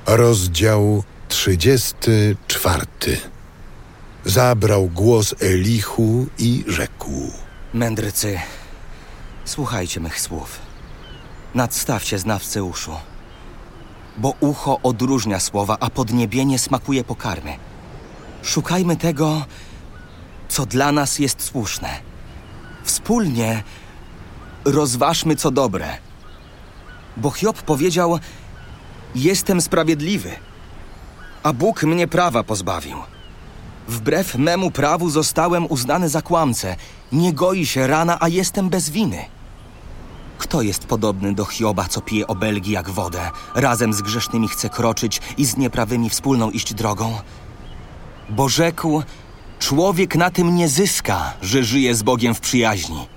Rozdział 34. Zabrał głos Elihu i rzekł: Mędrcy, słuchajcie mych słów. Nadstawcie znawcę uszu. Bo ucho odróżnia słowa, a podniebienie smakuje pokarmy. Szukajmy tego, co dla nas jest słuszne. Wspólnie rozważmy, co dobre. Bo Hiob powiedział: jestem sprawiedliwy, a Bóg mnie prawa pozbawił. Wbrew memu prawu zostałem uznany za kłamcę. Nie goi się rana, a jestem bez winy. Kto jest podobny do Hioba, co pije obelgi jak wodę, razem z grzesznymi chce kroczyć i z nieprawymi wspólną iść drogą? Bo rzekł: człowiek na tym nie zyska, że żyje z Bogiem w przyjaźni.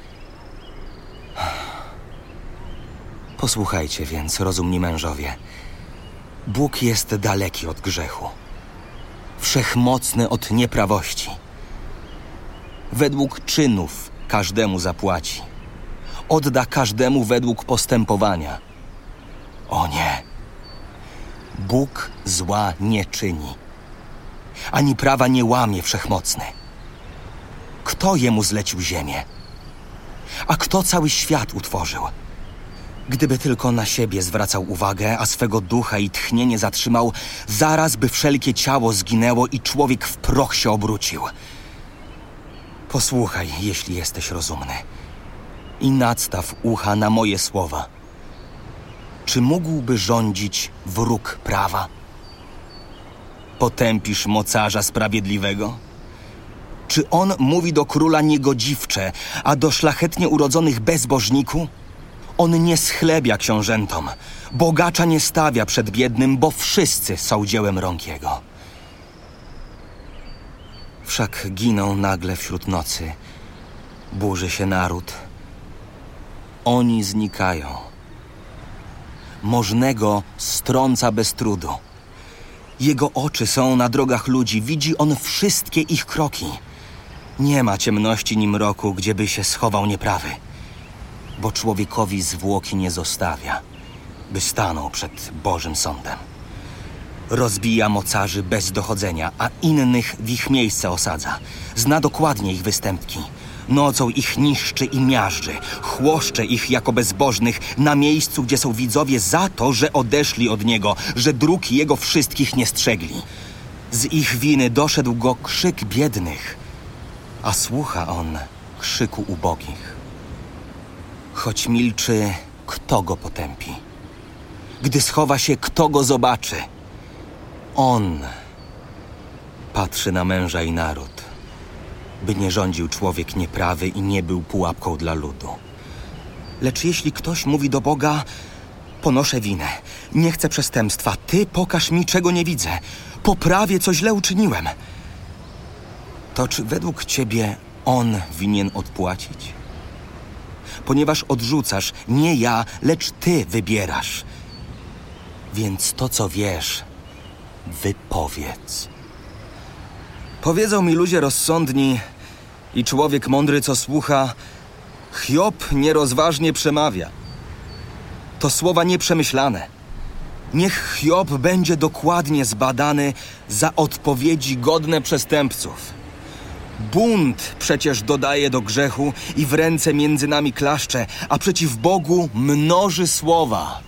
Posłuchajcie więc, rozumni mężowie. Bóg jest daleki od grzechu, wszechmocny od nieprawości. Według czynów każdemu zapłaci. Odda każdemu według postępowania. O nie! Bóg zła nie czyni, ani prawa nie łamie wszechmocny. Kto jemu zlecił ziemię? A kto cały świat utworzył? Gdyby tylko na siebie zwracał uwagę, a swego ducha i tchnienie zatrzymał, zaraz by wszelkie ciało zginęło i człowiek w proch się obrócił. Posłuchaj, jeśli jesteś rozumny, i nadstaw ucha na moje słowa. Czy mógłby rządzić wróg prawa? Potępisz mocarza sprawiedliwego? Czy on mówi do króla niegodziwcze, a do szlachetnie urodzonych bezbożniku? On nie schlebia książętom, bogacza nie stawia przed biednym, bo wszyscy są dziełem rąk jego. Wszak giną nagle wśród nocy, burzy się naród. Oni znikają. Możnego strąca bez trudu. Jego oczy są na drogach ludzi, widzi on wszystkie ich kroki. Nie ma ciemności ni mroku, gdzieby się schował nieprawy. Bo człowiekowi zwłoki nie zostawia, by stanął przed Bożym sądem. Rozbija mocarzy bez dochodzenia, a innych w ich miejsce osadza. Zna dokładnie ich występki. Nocą ich niszczy i miażdży. Chłoszcze ich jako bezbożnych na miejscu, gdzie są widzowie, za to, że odeszli od Niego, że dróg Jego wszystkich nie strzegli. Z ich winy doszedł Go krzyk biednych, a słucha On krzyku ubogich. Choć milczy, kto Go potępi? Gdy schowa się, kto Go zobaczy? On patrzy na męża i naród, by nie rządził człowiek nieprawy i nie był pułapką dla ludu. Lecz jeśli ktoś mówi do Boga: ponoszę winę, nie chcę przestępstwa, Ty pokaż mi, czego nie widzę, poprawię, co źle uczyniłem, to czy według Ciebie On winien odpłacić? Ponieważ odrzucasz, nie ja, lecz Ty wybierasz. Więc to, co wiesz, wypowiedz. Powiedzą mi ludzie rozsądni i człowiek mądry, co słucha: Hiob nierozważnie przemawia. To słowa nieprzemyślane. Niech Hiob będzie dokładnie zbadany za odpowiedzi godne przestępców. Bunt przecież dodaje do grzechu i w ręce między nami klaszcze, a przeciw Bogu mnoży słowa.